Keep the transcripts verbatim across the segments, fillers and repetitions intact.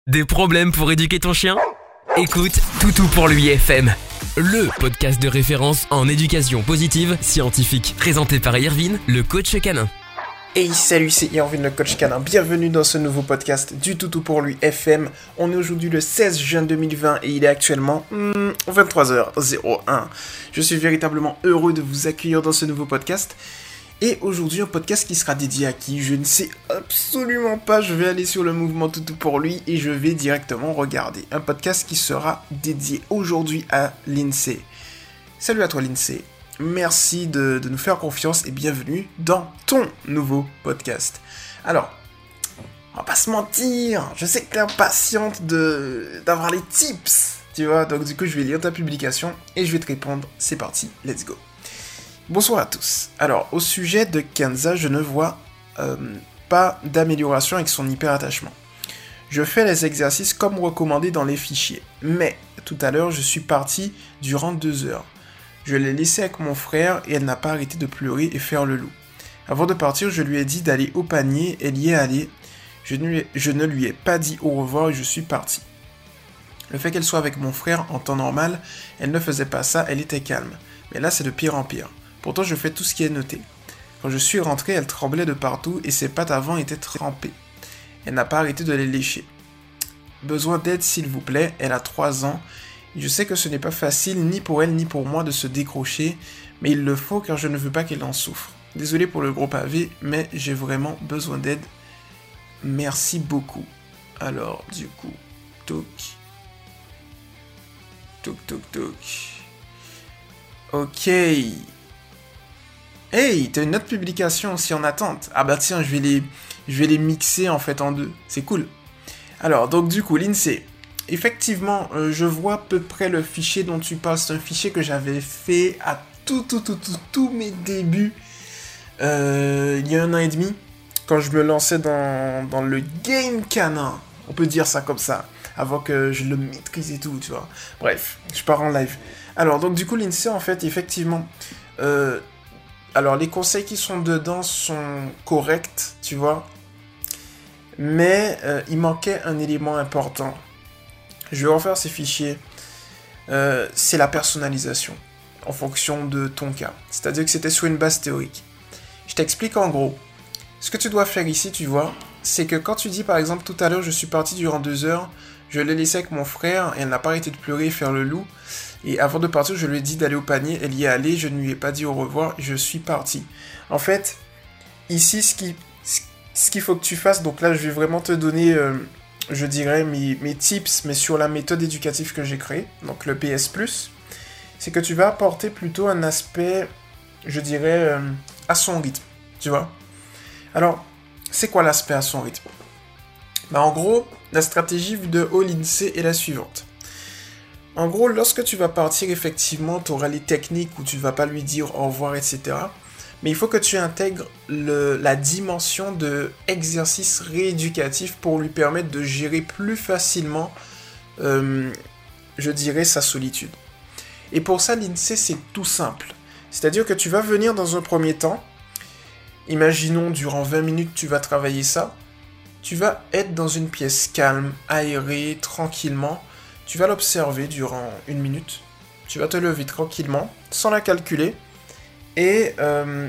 Des problèmes pour éduquer ton chien? Écoute Toutou pour lui F M, le podcast de référence en éducation positive scientifique, présenté par Irvine, le coach canin. Hey, salut, c'est Irvine, le coach canin. Bienvenue dans ce nouveau podcast du Toutou pour lui F M. On est aujourd'hui le seize juin deux mille vingt et il est actuellement hmm, vingt-trois heures zéro un. Je suis véritablement heureux de vous accueillir dans ce nouveau podcast. Et aujourd'hui, un podcast qui sera dédié à qui? Je ne sais absolument pas. Je vais aller sur le mouvement Toutou pour lui et je vais directement regarder. Un podcast qui sera dédié aujourd'hui à Lindsay. Salut à toi Lindsay. Merci de, de nous faire confiance et bienvenue dans ton nouveau podcast. Alors, on va pas se mentir. Je sais que t'es impatiente de, d'avoir les tips. Tu vois, donc du coup, je vais lire ta publication et je vais te répondre. C'est parti, let's go. Bonsoir à tous. Alors, au sujet de Kenza, je ne vois euh, pas d'amélioration avec son hyperattachement. Je fais les exercices comme recommandé dans les fichiers. Mais, tout à l'heure, je suis parti durant deux heures. Je l'ai laissée avec mon frère et elle n'a pas arrêté de pleurer et faire le loup. Avant de partir, je lui ai dit d'aller au panier, elle y est allée. Je ne, lui ai, je ne lui ai pas dit au revoir et je suis parti. Le fait qu'elle soit avec mon frère en temps normal, elle ne faisait pas ça, elle était calme. Mais là, c'est de pire en pire. Pourtant, je fais tout ce qui est noté. Quand je suis rentré, elle tremblait de partout et ses pattes avant étaient trempées. Elle n'a pas arrêté de les lécher. Besoin d'aide, s'il vous plaît, elle a trois ans. Je sais que ce n'est pas facile ni pour elle ni pour moi de se décrocher, mais il le faut car je ne veux pas qu'elle en souffre. Désolé pour le gros pavé, mais j'ai vraiment besoin d'aide. Merci beaucoup. Alors, du coup, toc. Toc, toc, toc. Ok. Hey, t'as une autre publication aussi en attente. Ah bah tiens, je vais les, je vais les mixer en fait en deux. C'est cool. Alors, donc du coup, Lindsay, effectivement, euh, je vois à peu près le fichier dont tu parles. C'est un fichier que j'avais fait à tout, tout, tout, tout, tous mes débuts. Euh, il y a un an et demi, quand je me lançais dans, dans le game canin. On peut dire ça comme ça, avant que je le maîtrise et tout, tu vois. Bref, je pars en live. Alors, donc du coup, Lindsay, en fait, effectivement... Euh, Alors, les conseils qui sont dedans sont corrects, tu vois. Mais euh, il manquait un élément important. Je vais refaire ces fichiers. Euh, c'est la personnalisation, en fonction de ton cas. C'est-à-dire que c'était sur une base théorique. Je t'explique en gros. Ce que tu dois faire ici, tu vois, c'est que quand tu dis, par exemple, tout à l'heure, je suis parti durant deux heures, je l'ai laissé avec mon frère, et elle n'a pas arrêté de pleurer et faire le loup. Et avant de partir, je lui ai dit d'aller au panier, elle y est allée, je ne lui ai pas dit au revoir, je suis parti. En fait, ici, ce qui, ce qu'il faut que tu fasses, donc là, je vais vraiment te donner, euh, je dirais, mes, mes tips, mais sur la méthode éducative que j'ai créée, donc le P S plus, c'est que tu vas apporter plutôt un aspect, je dirais, euh, à son rythme, tu vois. Alors, c'est quoi l'aspect à son rythme? Bah, en gros, la stratégie de Lindsay est la suivante. En gros, lorsque tu vas partir, effectivement, tu auras les techniques où tu vas pas lui dire au revoir, et cetera. Mais il faut que tu intègres le, la dimension de exercice rééducatif pour lui permettre de gérer plus facilement, euh, je dirais, sa solitude. Et pour ça, Lindsay, c'est tout simple. C'est-à-dire que tu vas venir dans un premier temps, imaginons, durant vingt minutes, tu vas travailler ça. Tu vas être dans une pièce calme, aérée, tranquillement. Tu vas l'observer durant une minute. Tu vas te lever tranquillement, sans la calculer. Et euh,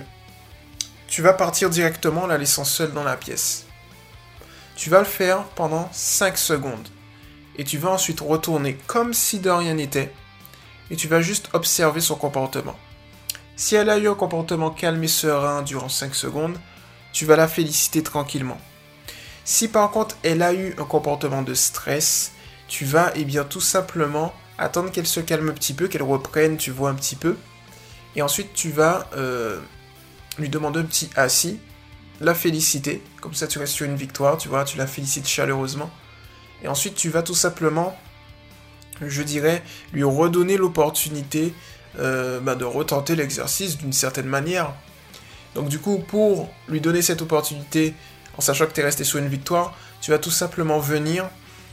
tu vas partir directement en la laissant seule dans la pièce. Tu vas le faire pendant cinq secondes. Et tu vas ensuite retourner comme si de rien n'était. Et tu vas juste observer son comportement. Si elle a eu un comportement calme et serein durant cinq secondes, tu vas la féliciter tranquillement. Si par contre elle a eu un comportement de stress, tu vas, eh bien, tout simplement attendre qu'elle se calme un petit peu, qu'elle reprenne, tu vois, un petit peu. Et ensuite, tu vas euh, lui demander un petit assis, la féliciter. Comme ça, tu restes sur une victoire, tu vois, tu la félicites chaleureusement. Et ensuite, tu vas tout simplement, je dirais, lui redonner l'opportunité euh, bah, de retenter l'exercice d'une certaine manière. Donc du coup, pour lui donner cette opportunité, en sachant que tu es resté sur une victoire, tu vas tout simplement venir...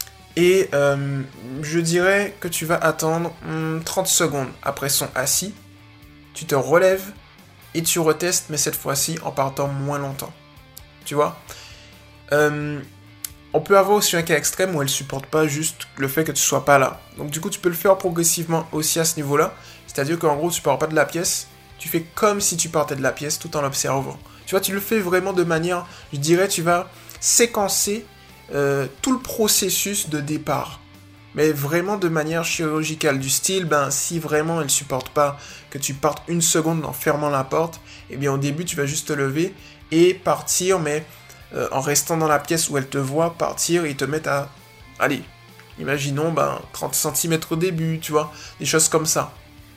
Et euh, je dirais que tu vas attendre hum, trente secondes après son assis. Tu te relèves et tu retestes, mais cette fois-ci en partant moins longtemps. Tu vois euh, On peut avoir aussi un cas extrême où elle supporte pas juste le fait que tu sois pas là. Donc du coup, tu peux le faire progressivement aussi à ce niveau-là. C'est-à-dire qu'en gros, tu pars pas de la pièce, tu fais comme si tu partais de la pièce tout en l'observant. Tu vois, tu le fais vraiment de manière, je dirais, tu vas séquencer euh, tout le processus de départ. Mais vraiment de manière chirurgicale, du style, ben si vraiment elle supporte pas que tu partes une seconde en fermant la porte, eh bien au début, tu vas juste te lever et partir, mais... Euh, en restant dans la pièce où elle te voit partir et te mettre à, allez, imaginons ben, trente centimètres au début, tu vois, des choses comme ça.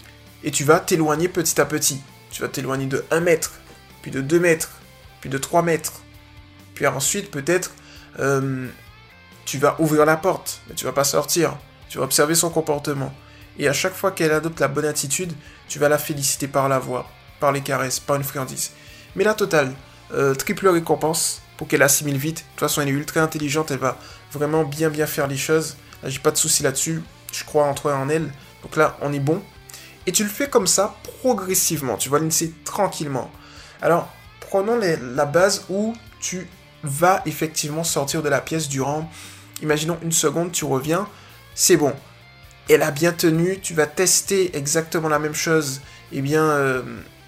Et tu vas t'éloigner petit à petit. Tu vas t'éloigner de un mètre, puis de deux mètres, puis de trois mètres. Puis ensuite, peut-être, euh, tu vas ouvrir la porte, mais tu vas pas sortir. Tu vas observer son comportement. Et à chaque fois qu'elle adopte la bonne attitude, tu vas la féliciter par la voix, par les caresses, par une friandise. Mais la totale, euh, triple récompense, pour qu'elle assimile vite. De toute façon, elle est ultra intelligente, elle va vraiment bien bien faire les choses. Là, j'ai pas de souci là-dessus, je crois en toi et en elle. Donc là, on est bon. Et tu le fais comme ça, progressivement. Tu vas l'initier tranquillement. Alors, prenons les, la base où tu vas effectivement sortir de la pièce durant, imaginons une seconde, tu reviens, c'est bon. Elle a bien tenu, tu vas tester exactement la même chose, et eh bien, euh,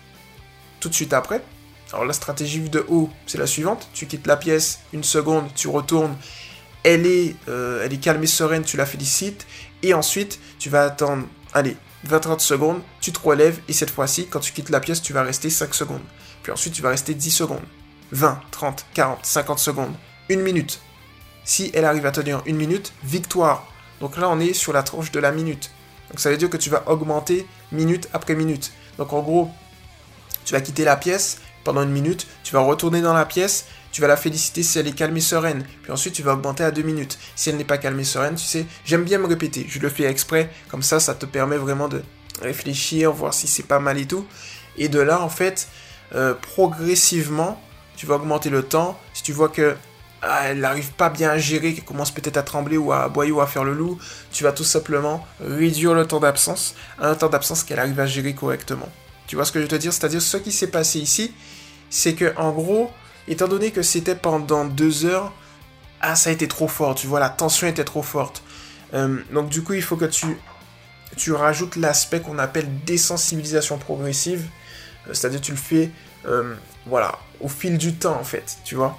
tout de suite après. Alors la stratégie vue de haut, c'est la suivante. Tu quittes la pièce, une seconde, tu retournes. Elle est, euh, elle est calme et sereine, tu la félicites. Et ensuite, tu vas attendre, allez, vingt à trente secondes, tu te relèves. Et cette fois-ci, quand tu quittes la pièce, tu vas rester cinq secondes. Puis ensuite, tu vas rester dix secondes. vingt, trente, quarante, cinquante secondes. Une minute. Si elle arrive à tenir une minute, victoire. Donc là, on est sur la tranche de la minute. Donc ça veut dire que tu vas augmenter minute après minute. Donc en gros, tu vas quitter la pièce pendant une minute, tu vas retourner dans la pièce, tu vas la féliciter si elle est calme et sereine, puis ensuite tu vas augmenter à deux minutes. Si elle n'est pas calme et sereine, tu sais, j'aime bien me répéter, je le fais exprès, comme ça, ça te permet vraiment de réfléchir, voir si c'est pas mal et tout. Et de là, en fait, euh, progressivement, tu vas augmenter le temps. Si tu vois que ah, elle n'arrive pas bien à gérer, qu'elle commence peut-être à trembler ou à aboyer ou à faire le loup, tu vas tout simplement réduire le temps d'absence à un temps d'absence qu'elle arrive à gérer correctement. Tu vois ce que je veux te dire? C'est-à-dire, ce qui s'est passé ici, c'est que, en gros, étant donné que c'était pendant deux heures, ah, ça a été trop fort, tu vois, la tension était trop forte. Euh, donc, du coup, il faut que tu, tu rajoutes l'aspect qu'on appelle désensibilisation progressive. Euh, c'est-à-dire, tu le fais, euh, voilà, au fil du temps, en fait, tu vois.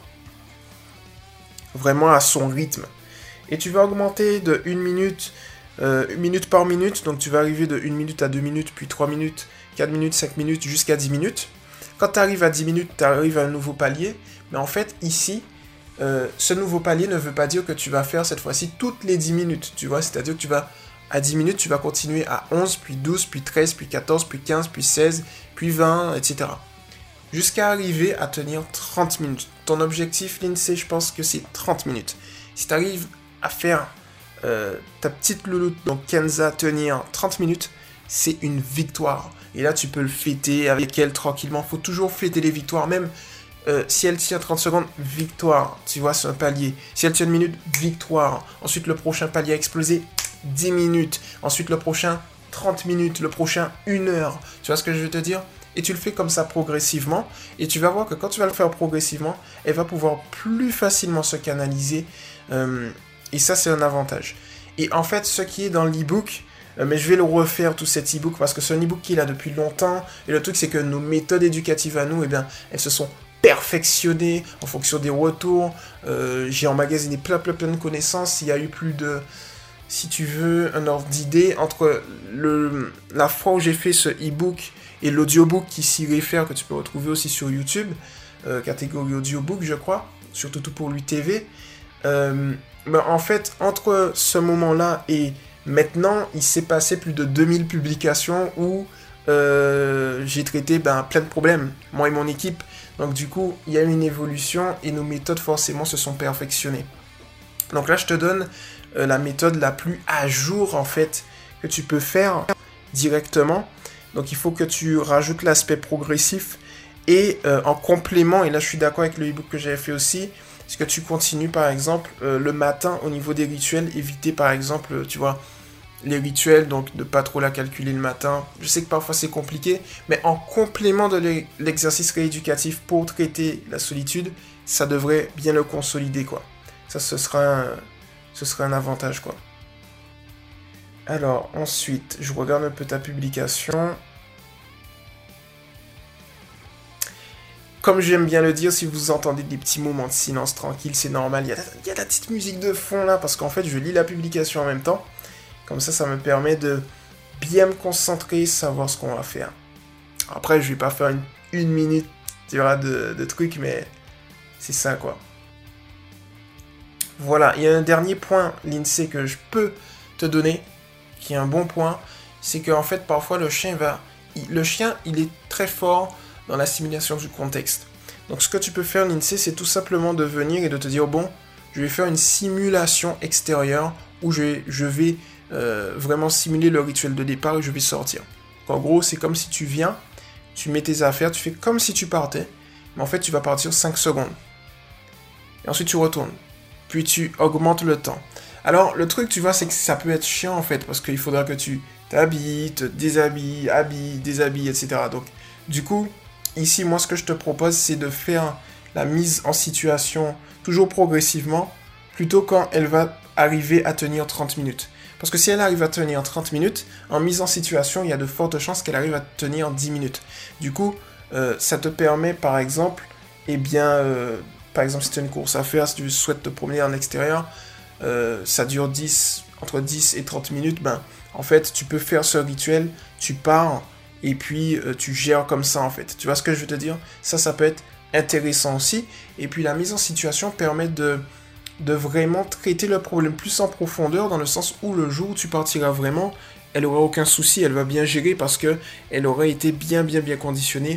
Vraiment à son rythme. Et tu vas augmenter de une minute, euh, une minute par minute. Donc, tu vas arriver de une minute à deux minutes, puis trois minutes, quatre minutes, cinq minutes, jusqu'à dix minutes. Quand tu arrives à dix minutes, tu arrives à un nouveau palier. Mais en fait, ici, euh, ce nouveau palier ne veut pas dire que tu vas faire cette fois-ci toutes les dix minutes. Tu vois, c'est-à-dire que tu vas, à dix minutes, tu vas continuer à onze, puis douze, puis treize, puis quatorze, puis quinze, puis seize, puis vingt, et cetera. Jusqu'à arriver à tenir trente minutes. Ton objectif, l'INSEE, je pense que c'est trente minutes. Si tu arrives à faire euh, ta petite louloute, donc Kenza, tenir trente minutes, c'est une victoire. Et là, tu peux le fêter avec elle tranquillement. Il faut toujours fêter les victoires. Même euh, si elle tient trente secondes, victoire. Tu vois, c'est un palier. Si elle tient une minute, victoire. Ensuite, le prochain palier a explosé, dix minutes. Ensuite, le prochain, trente minutes. Le prochain, une heure. Tu vois ce que je veux te dire? Et tu le fais comme ça progressivement. Et tu vas voir que quand tu vas le faire progressivement, elle va pouvoir plus facilement se canaliser. Euh, et ça, c'est un avantage. Et en fait, ce qui est dans l'e-book... Euh, mais je vais le refaire, tout cet e-book, parce que c'est un e-book qui est là depuis longtemps. Et le truc, c'est que nos méthodes éducatives à nous, eh bien, elles se sont perfectionnées en fonction des retours. Euh, j'ai emmagasiné plein, plein, plein de connaissances. Il y a eu plus de, si tu veux, un ordre d'idée entre le, la fois où j'ai fait ce e-book et l'audiobook qui s'y réfère, que tu peux retrouver aussi sur YouTube, euh, catégorie audiobook, je crois, surtout tout pour lui T V. Euh, ben, en fait, entre ce moment-là et maintenant, il s'est passé plus de deux mille publications où euh, j'ai traité ben, plein de problèmes, moi et mon équipe. Donc du coup, il y a eu une évolution et nos méthodes forcément se sont perfectionnées. Donc là, je te donne euh, la méthode la plus à jour en fait que tu peux faire directement. Donc il faut que tu rajoutes l'aspect progressif et euh, en complément, et là je suis d'accord avec le e-book que j'avais fait aussi, est-ce que tu continues par exemple euh, le matin au niveau des rituels, éviter par exemple, tu vois, les rituels, donc de pas trop la calculer le matin. Je sais que parfois c'est compliqué, mais en complément de l'exercice rééducatif pour traiter la solitude, ça devrait bien le consolider quoi. Ça, ce sera un, ce sera un avantage, quoi. Alors, ensuite, je regarde un peu ta publication. Comme j'aime bien le dire, si vous entendez des petits moments de silence tranquille, c'est normal. Il y a, il y a la petite musique de fond là, parce qu'en fait, je lis la publication en même temps. Comme ça, ça me permet de bien me concentrer, savoir ce qu'on va faire. Après, je vais pas faire une, une minute, tu vois, de, de trucs, mais c'est ça, quoi. Voilà, il y a un dernier point, l'INSEE, que je peux te donner, qui est un bon point, c'est qu'en fait, parfois, le chien va... Il, le chien, il est très fort dans l'assimilation du contexte. Donc, ce que tu peux faire, l'INSEE, c'est tout simplement de venir et de te dire, bon, je vais faire une simulation extérieure où je, je vais euh, vraiment simuler le rituel de départ et je vais sortir. Donc, en gros, c'est comme si tu viens, tu mets tes affaires, tu fais comme si tu partais, mais en fait, tu vas partir cinq secondes. Et ensuite, tu retournes. Puis, tu augmentes le temps. Alors, le truc, tu vois, c'est que ça peut être chiant, en fait, parce qu'il faudra que tu t'habilles, te déshabilles, habilles, déshabilles, et cetera. Donc, du coup, ici, moi, ce que je te propose, c'est de faire la mise en situation toujours progressivement, plutôt quand elle va arriver à tenir trente minutes. Parce que si elle arrive à tenir trente minutes, en mise en situation, il y a de fortes chances qu'elle arrive à tenir dix minutes. Du coup, euh, ça te permet, par exemple, eh bien, euh, par exemple, si tu as une course à faire, si tu souhaites te promener en extérieur, euh, ça dure dix, entre dix et trente minutes, ben, en fait, tu peux faire ce rituel, tu pars, et puis euh, tu gères comme ça, en fait. Tu vois ce que je veux te dire? Ça, ça peut être intéressant aussi. Et puis, la mise en situation permet de, de vraiment traiter le problème plus en profondeur, dans le sens où le jour où tu partiras vraiment, elle n'aura aucun souci, elle va bien gérer parce qu'elle aura été bien, bien, bien conditionnée.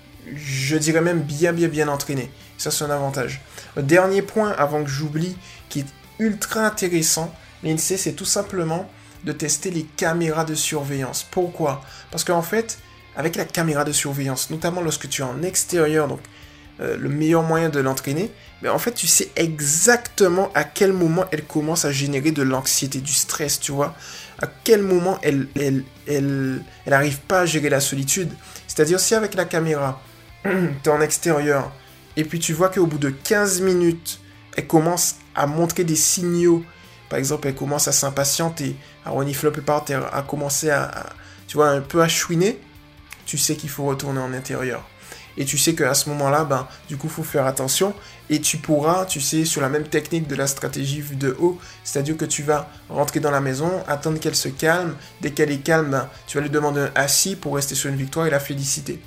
Je dirais même bien, bien, bien entraînée. Ça, c'est un avantage. Le dernier point, avant que j'oublie, qui est ultra intéressant, l'INSEE, c'est tout simplement de tester les caméras de surveillance. Pourquoi? Parce qu'en fait, avec la caméra de surveillance, notamment lorsque tu es en extérieur, donc euh, le meilleur moyen de l'entraîner, mais en fait, tu sais exactement à quel moment elle commence à générer de l'anxiété, du stress, tu vois. À quel moment elle, elle, elle, elle arrive pas à gérer la solitude. C'est-à-dire, si avec la caméra, tu es en extérieur, et puis tu vois qu'au bout de quinze minutes, elle commence à montrer des signaux. Par exemple, elle commence à s'impatienter, à renifler un peu par terre, à commencer à, à, tu vois, un peu à chouiner. Tu sais qu'il faut retourner en intérieur. Et tu sais qu'à ce moment-là, ben, du coup, il faut faire attention. Et tu pourras, tu sais, sur la même technique de la stratégie vue de haut, c'est-à-dire que tu vas rentrer dans la maison, attendre qu'elle se calme. Dès qu'elle est calme, ben, tu vas lui demander un assis pour rester sur une victoire et la féliciter.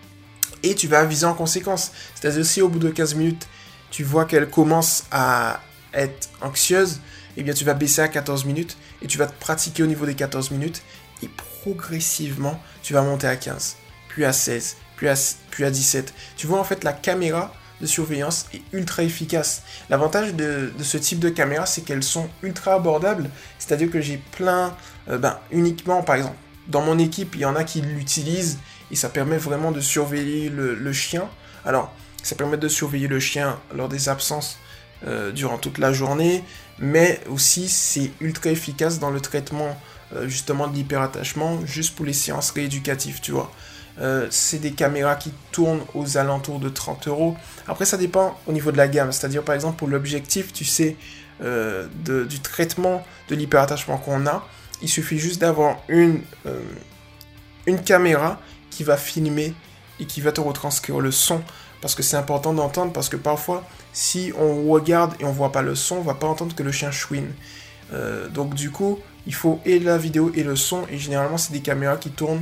Et tu vas aviser en conséquence. C'est-à-dire si au bout de quinze minutes, tu vois qu'elle commence à être anxieuse, eh bien tu vas baisser à quatorze minutes et tu vas te pratiquer au niveau des quatorze minutes et progressivement, tu vas monter à quinze, puis à seize, puis à, puis à dix-sept. Tu vois, en fait, la caméra de surveillance est ultra efficace. L'avantage de, de ce type de caméra, c'est qu'elles sont ultra abordables, c'est-à-dire que j'ai plein, euh, ben, uniquement, par exemple, dans mon équipe, il y en a qui l'utilisent et ça permet vraiment de surveiller le, le chien. Alors, ça permet de surveiller le chien lors des absences euh, durant toute la journée, mais aussi c'est ultra efficace dans le traitement euh, justement de l'hyperattachement, juste pour les séances rééducatives, tu vois. Euh, c'est des caméras qui tournent aux alentours de trente euros. Après, ça dépend au niveau de la gamme, c'est-à-dire par exemple pour l'objectif, tu sais, euh, de, du traitement de l'hyperattachement qu'on a, il suffit juste d'avoir une, euh, une caméra qui va filmer et qui va te retranscrire le son, parce que c'est important d'entendre, parce que parfois, si on regarde et on voit pas le son, on va pas entendre que le chien chouine. Euh, donc du coup, il faut et la vidéo et le son, et généralement, c'est des caméras qui tournent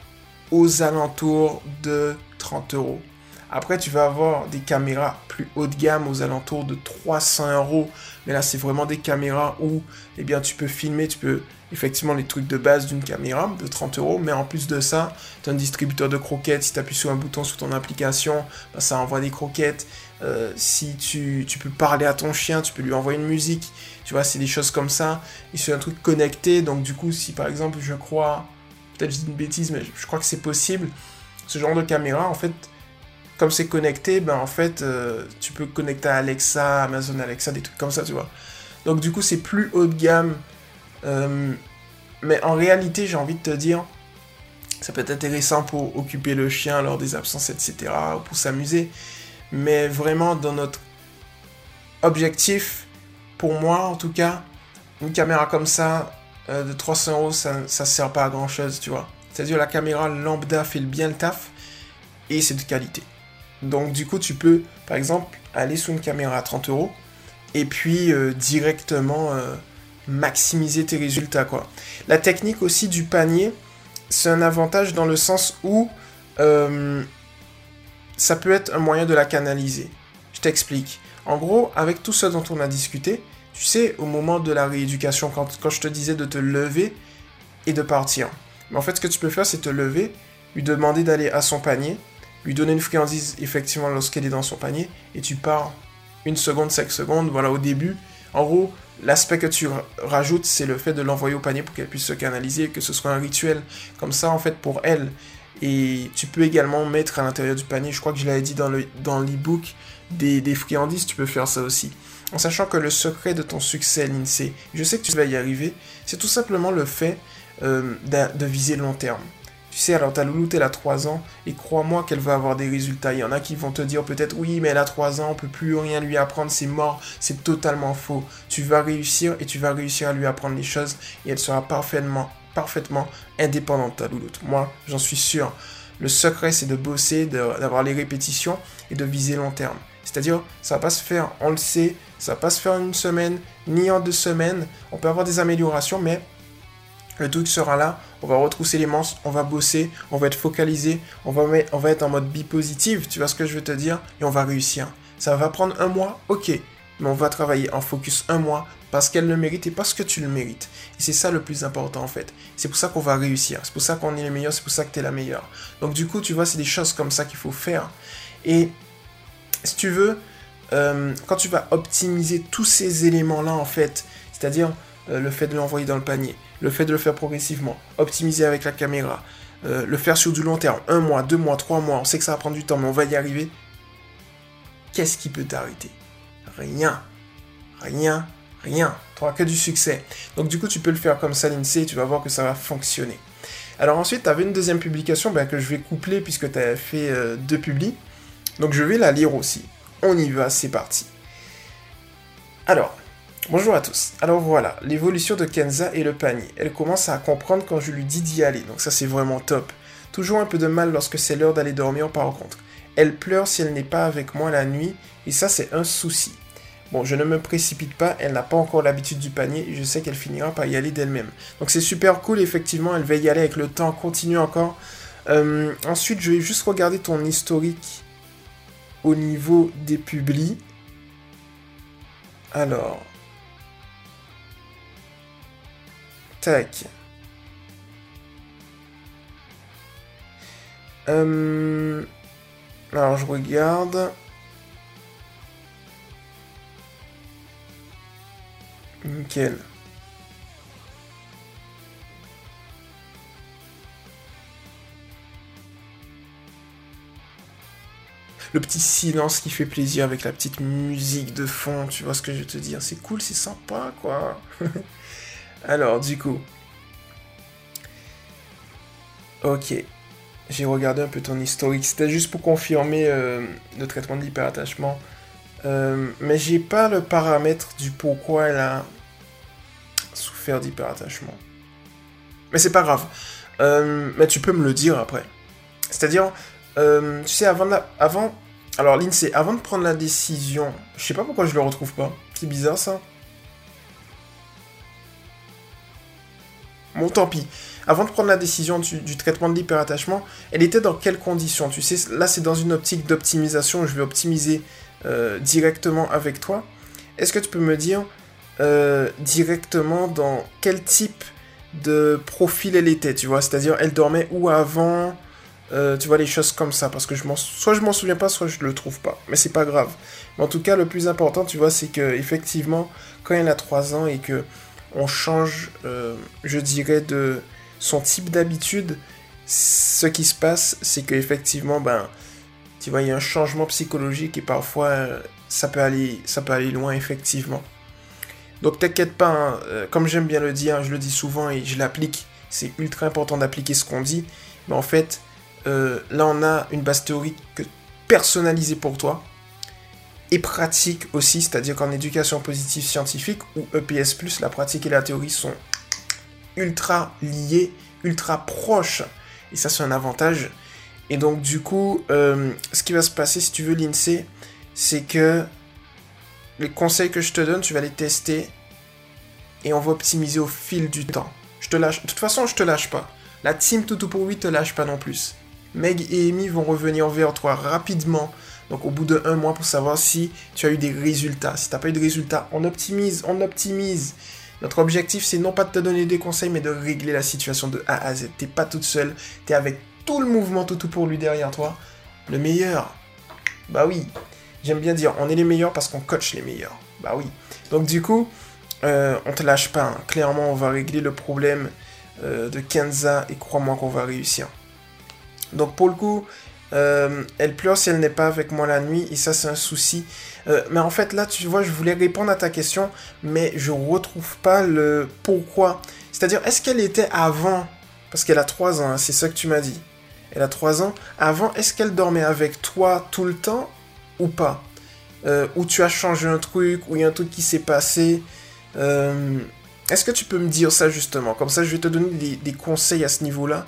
aux alentours de trente euros. Après, tu vas avoir des caméras plus haut de gamme aux alentours de trois cents euros. Mais là, c'est vraiment des caméras où eh bien, tu peux filmer, tu peux effectivement les trucs de base d'une caméra de trente euros. Mais en plus de ça, tu as un distributeur de croquettes. Si tu appuies sur un bouton sur ton application, ben, ça envoie des croquettes. Euh, si tu, tu peux parler à ton chien, tu peux lui envoyer une musique. Tu vois, c'est des choses comme ça. Et c'est un truc connecté. Donc du coup, si par exemple, je crois, peut-être je dis une bêtise, mais je crois que c'est possible. Ce genre de caméra, en fait, comme c'est connecté, ben en fait, euh, tu peux connecter à Alexa, Amazon Alexa, des trucs comme ça, tu vois. Donc du coup, c'est plus haut de gamme. Euh, mais en réalité, j'ai envie de te dire, ça peut être intéressant pour occuper le chien lors des absences, et cetera, ou pour s'amuser. Mais vraiment, dans notre objectif, pour moi, en tout cas, une caméra comme ça, euh, de trois cents euros, ça ne sert pas à grand-chose, tu vois. C'est-à-dire, la caméra lambda fait bien le taf, et c'est de qualité. Donc, du coup, tu peux, par exemple, aller sur une caméra à trente euros, et puis euh, directement euh, maximiser tes résultats, quoi. La technique aussi du panier, c'est un avantage dans le sens où euh, ça peut être un moyen de la canaliser. Je t'explique. En gros, avec tout ce dont on a discuté, tu sais, au moment de la rééducation, quand, quand je te disais de te lever et de partir. Mais en fait, ce que tu peux faire, c'est te lever, lui demander d'aller à son panier, lui donner une friandise, effectivement, lorsqu'elle est dans son panier, et tu pars une seconde, cinq secondes, voilà, au début. En gros, l'aspect que tu rajoutes, c'est le fait de l'envoyer au panier pour qu'elle puisse se canaliser, que ce soit un rituel, comme ça, en fait, pour elle. Et tu peux également mettre à l'intérieur du panier, je crois que je l'avais dit dans le dans l'e-book, des, des friandises, tu peux faire ça aussi. En sachant que le secret de ton succès, l'INSEE, je sais que tu vas y arriver, c'est tout simplement le fait euh, de, de viser long terme. Tu sais, alors ta louloute, elle a trois ans, et crois-moi qu'elle va avoir des résultats. Il y en a qui vont te dire peut-être, oui, mais elle a trois ans, on peut plus rien lui apprendre, c'est mort. C'est totalement faux. Tu vas réussir, et tu vas réussir à lui apprendre les choses, et elle sera parfaitement, parfaitement indépendante, ta louloute. Moi, j'en suis sûr. Le secret, c'est de bosser, de, d'avoir les répétitions, et de viser long terme. C'est-à-dire, ça va pas se faire, on le sait, ça va pas se faire en une semaine, ni en deux semaines. On peut avoir des améliorations, mais le truc sera là, on va retrousser les manches, on va bosser, on va être focalisé, on va, mettre, on va être en mode bi-positif, tu vois ce que je veux te dire, et on va réussir. Ça va prendre un mois, ok, mais on va travailler en focus un mois, parce qu'elle le mérite et parce que tu le mérites. Et c'est ça le plus important en fait. C'est pour ça qu'on va réussir, c'est pour ça qu'on est les meilleurs, c'est pour ça que tu es la meilleure. Donc du coup, tu vois, c'est des choses comme ça qu'il faut faire. Et si tu veux, euh, quand tu vas optimiser tous ces éléments-là en fait, c'est-à-dire euh, le fait de l'envoyer dans le panier, le fait de le faire progressivement, optimiser avec la caméra, euh, le faire sur du long terme, un mois, deux mois, trois mois, on sait que ça va prendre du temps, mais on va y arriver. Qu'est-ce qui peut t'arrêter? Rien. Rien, rien. Tu n'auras que du succès. Donc du coup, tu peux le faire comme ça, l'INSEE, et tu vas voir que ça va fonctionner. Alors ensuite, tu avais une deuxième publication ben, que je vais coupler puisque tu as fait euh, deux publis. Donc je vais la lire aussi. On y va, c'est parti. Alors, bonjour à tous. Alors voilà, l'évolution de Kenza et le panier. Elle commence à comprendre quand je lui dis d'y aller, donc ça c'est vraiment top. Toujours un peu de mal lorsque c'est l'heure d'aller dormir par contre. Elle pleure si elle n'est pas avec moi la nuit, et ça c'est un souci. Bon, je ne me précipite pas, elle n'a pas encore l'habitude du panier, et je sais qu'elle finira par y aller d'elle-même. Donc c'est super cool, effectivement, elle va y aller avec le temps, continue encore. Euh, ensuite, je vais juste regarder ton historique au niveau des publis. Alors... Tac. Euh... Alors, je regarde. Nickel. Le petit silence qui fait plaisir avec la petite musique de fond, tu vois ce que je veux te dire. C'est cool, c'est sympa, quoi. Alors, du coup. Ok. J'ai regardé un peu ton historique. C'était juste pour confirmer euh, le traitement de l'hyperattachement. Euh, mais j'ai pas le paramètre du pourquoi elle a souffert d'hyperattachement. Mais c'est pas grave. Euh, mais tu peux me le dire après. C'est-à-dire, euh, tu sais, avant, la, avant... Alors, l'INSEE, avant de prendre la décision... Je sais pas pourquoi je le retrouve pas. C'est bizarre, ça. Bon, tant pis. Avant de prendre la décision du, du traitement de l'hyperattachement, elle était dans quelles conditions? Tu sais, là, c'est dans une optique d'optimisation. Je vais optimiser euh, directement avec toi. Est-ce que tu peux me dire euh, directement dans quel type de profil elle était, tu vois? C'est-à-dire, elle dormait où avant? Euh, tu vois, les choses comme ça. Parce que je m'en, soit je m'en souviens pas, soit je le trouve pas. Mais c'est pas grave. Mais en tout cas, le plus important, tu vois, c'est que effectivement, quand elle a trois ans et que on change, euh, je dirais, de son type d'habitude, ce qui se passe, c'est qu'effectivement, ben, tu vois, il y a un changement psychologique et parfois, euh, ça peut aller, ça peut aller loin, effectivement. Donc, t'inquiète pas, hein, euh, comme j'aime bien le dire, je le dis souvent et je l'applique, c'est ultra important d'appliquer ce qu'on dit, mais en fait, euh, là, on a une base théorique personnalisée pour toi, et pratique aussi, c'est-à-dire qu'en éducation positive scientifique, ou E P S plus, la pratique et la théorie sont ultra liées, ultra proches, et ça c'est un avantage. Et donc du coup, euh, ce qui va se passer si tu veux l'INSEE, c'est que les conseils que je te donne, tu vas les tester, et on va optimiser au fil du temps. Je te lâche, de toute façon je te lâche pas. La team Toutou pour lui te lâche pas non plus. Meg et Amy vont revenir vers toi rapidement, donc au bout de un mois, pour savoir si tu as eu des résultats. Si tu n'as pas eu de résultats, on optimise, on optimise. Notre objectif, c'est non pas de te donner des conseils, mais de régler la situation de A à Z. T'es pas toute seule, t'es avec tout le mouvement Toutou pour lui derrière toi. Le meilleur. Bah oui, j'aime bien dire, on est les meilleurs parce qu'on coach les meilleurs. Bah oui. Donc du coup, euh, on te lâche pas. Hein. Clairement, on va régler le problème euh, de Kenza et crois-moi qu'on va réussir. Donc pour le coup, euh, elle pleure si elle n'est pas avec moi la nuit, et ça c'est un souci. Euh, mais en fait là, tu vois, je voulais répondre à ta question, mais je retrouve pas le pourquoi. C'est-à-dire, est-ce qu'elle était avant, parce qu'elle a trois ans, hein, c'est ça que tu m'as dit. Elle a trois ans. Avant, est-ce qu'elle dormait avec toi tout le temps ou pas euh, Ou tu as changé un truc, ou il y a un truc qui s'est passé euh, Est-ce que tu peux me dire ça justement? Comme ça, je vais te donner des, des conseils à ce niveau-là.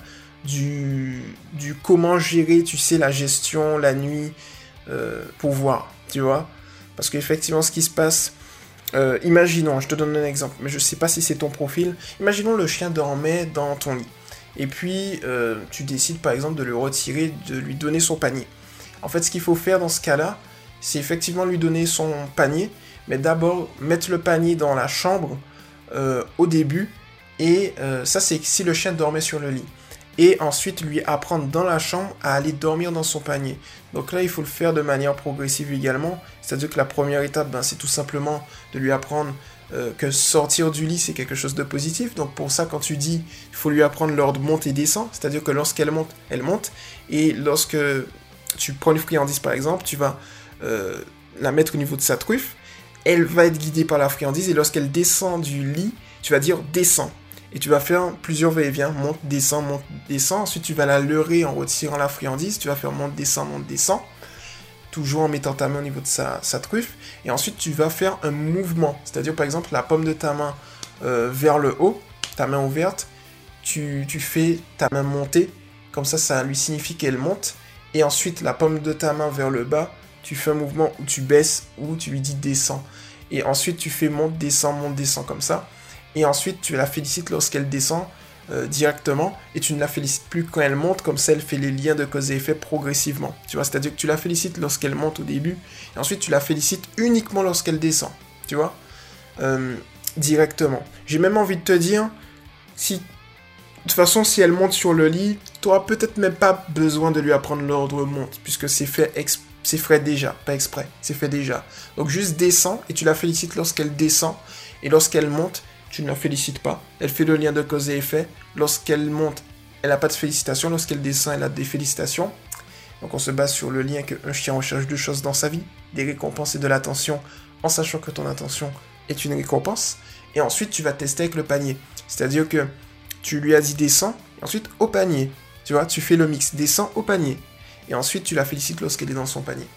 Du, du comment gérer, tu sais, la gestion, la nuit, euh, pour voir, tu vois. Parce qu'effectivement, ce qui se passe, euh, imaginons, je te donne un exemple, mais je sais pas si c'est ton profil, imaginons le chien dormait dans ton lit, et puis euh, tu décides par exemple de le retirer, de lui donner son panier. En fait, ce qu'il faut faire dans ce cas-là, c'est effectivement lui donner son panier, mais d'abord mettre le panier dans la chambre euh, au début, et euh, ça c'est si le chien dormait sur le lit. Et ensuite lui apprendre dans la chambre à aller dormir dans son panier. Donc là, il faut le faire de manière progressive également. C'est-à-dire que la première étape, ben, c'est tout simplement de lui apprendre euh, que sortir du lit, c'est quelque chose de positif. Donc pour ça, quand tu dis, il faut lui apprendre l'ordre monte et descend. C'est-à-dire que lorsqu'elle monte, elle monte. Et lorsque tu prends une friandise, par exemple, tu vas euh, la mettre au niveau de sa truffe. Elle va être guidée par la friandise. Et lorsqu'elle descend du lit, tu vas dire descends. Et tu vas faire plusieurs va-et-vient, monte, descend, monte, descend. Ensuite, tu vas la leurrer en retirant la friandise. Tu vas faire monte, descend, monte, descend. Toujours en mettant ta main au niveau de sa, sa truffe. Et ensuite, tu vas faire un mouvement. C'est-à-dire, par exemple, la paume de ta main euh, vers le haut, ta main ouverte. Tu, tu fais ta main monter. Comme ça, ça lui signifie qu'elle monte. Et ensuite, la paume de ta main vers le bas. Tu fais un mouvement où tu baisses, ou tu lui dis descend. Et ensuite, tu fais monte, descend, monte, descend comme ça. Et ensuite, tu la félicites lorsqu'elle descend euh, directement, et tu ne la félicites plus quand elle monte, comme ça elle fait les liens de cause et effet progressivement. Tu vois, c'est-à-dire que tu la félicites lorsqu'elle monte au début, et ensuite tu la félicites uniquement lorsqu'elle descend, tu vois, euh, directement. J'ai même envie de te dire, si, de toute façon, si elle monte sur le lit, tu n'auras peut-être même pas besoin de lui apprendre l'ordre monte, puisque c'est fait exprès. C'est fait déjà, pas exprès, c'est fait déjà. Donc juste descend, et tu la félicites lorsqu'elle descend, et lorsqu'elle monte, tu ne la félicites pas. Elle fait le lien de cause et effet. Lorsqu'elle monte, elle n'a pas de félicitations. Lorsqu'elle descend, elle a des félicitations. Donc on se base sur le lien qu'un chien recherche deux choses dans sa vie. Des récompenses et de l'attention, en sachant que ton attention est une récompense. Et ensuite, tu vas tester avec le panier. C'est-à-dire que tu lui as dit descend, et ensuite au panier. Tu vois, tu fais le mix, descend au panier. Et ensuite, tu la félicites lorsqu'elle est dans son panier.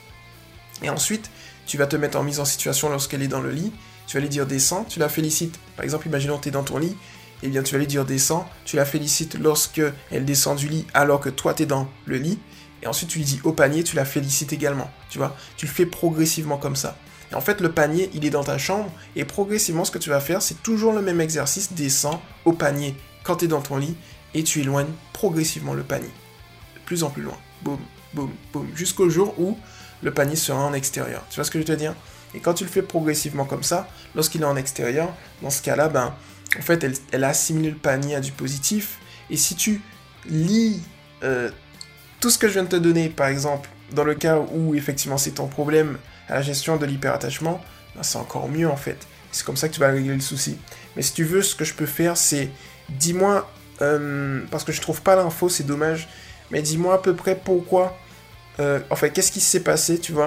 Et ensuite, tu vas te mettre en mise en situation lorsqu'elle est dans le lit. Tu vas lui dire descends, tu la félicites. Par exemple, imaginons que tu es dans ton lit, et bien tu vas lui dire descends, tu la félicites lorsque elle descend du lit alors que toi tu es dans le lit, et ensuite tu lui dis au panier, tu la félicites également, tu vois. Tu le fais progressivement comme ça. Et en fait, le panier, il est dans ta chambre, et progressivement, ce que tu vas faire, c'est toujours le même exercice, descends au panier quand tu es dans ton lit, et tu éloignes progressivement le panier. De plus en plus loin. Boum, boum, boum. Jusqu'au jour où le panier sera en extérieur. Tu vois ce que je veux te dire ? Et quand tu le fais progressivement comme ça, lorsqu'il est en extérieur, dans ce cas-là, ben, en fait, elle, elle a assimilé le panier à du positif. Et si tu lis euh, tout ce que je viens de te donner, par exemple, dans le cas où, effectivement, c'est ton problème à la gestion de l'hyperattachement, ben, c'est encore mieux, en fait. C'est comme ça que tu vas régler le souci. Mais si tu veux, ce que je peux faire, c'est, dis-moi, euh, parce que je trouve pas l'info, c'est dommage, mais dis-moi à peu près pourquoi, euh, enfin, qu'est-ce qui s'est passé, tu vois ?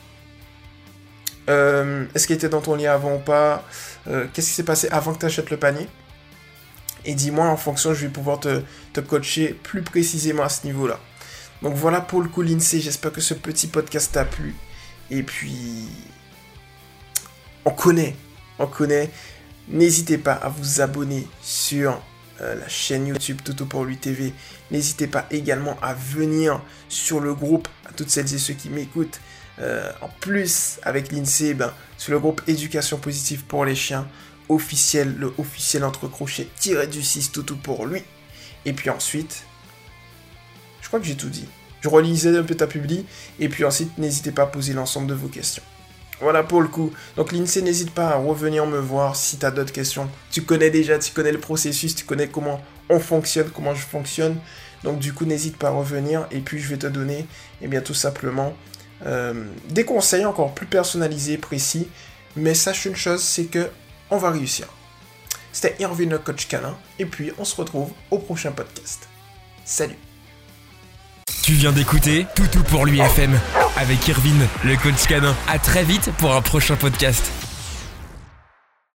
Euh, est-ce qu'elle était dans ton lit avant ou pas? euh, Qu'est-ce qui s'est passé avant que tu achètes le panier? Et dis-moi, en fonction, je vais pouvoir te, te coacher plus précisément à ce niveau-là. Donc voilà pour le coup l'INSEE, j'espère que ce petit podcast t'a plu. Et puis, on connaît, on connaît. N'hésitez pas à vous abonner sur euh, la chaîne YouTube Toutou pour lui T V. N'hésitez pas également à venir sur le groupe, à toutes celles et ceux qui m'écoutent. Euh, en plus, avec l'INSEE, ben, sur le groupe Éducation positive pour les chiens, officiel, le officiel entre crochets, tiré du six Toutou pour lui. Et puis ensuite, je crois que j'ai tout dit. Je relisais un peu ta publi, et puis ensuite, n'hésitez pas à poser l'ensemble de vos questions. Voilà pour le coup. Donc l'INSEE, n'hésite pas à revenir me voir si tu as d'autres questions. Tu connais déjà, tu connais le processus, tu connais comment on fonctionne, comment je fonctionne. Donc du coup, n'hésite pas à revenir, et puis je vais te donner, eh bien tout simplement, euh, des conseils encore plus personnalisés, précis. Mais sache une chose, c'est que on va réussir. C'était Irvine, le coach canin, et puis on se retrouve au prochain podcast. Salut. Tu viens d'écouter Toutou pour lui F M avec Irvine, le coach canin. À très vite pour un prochain podcast.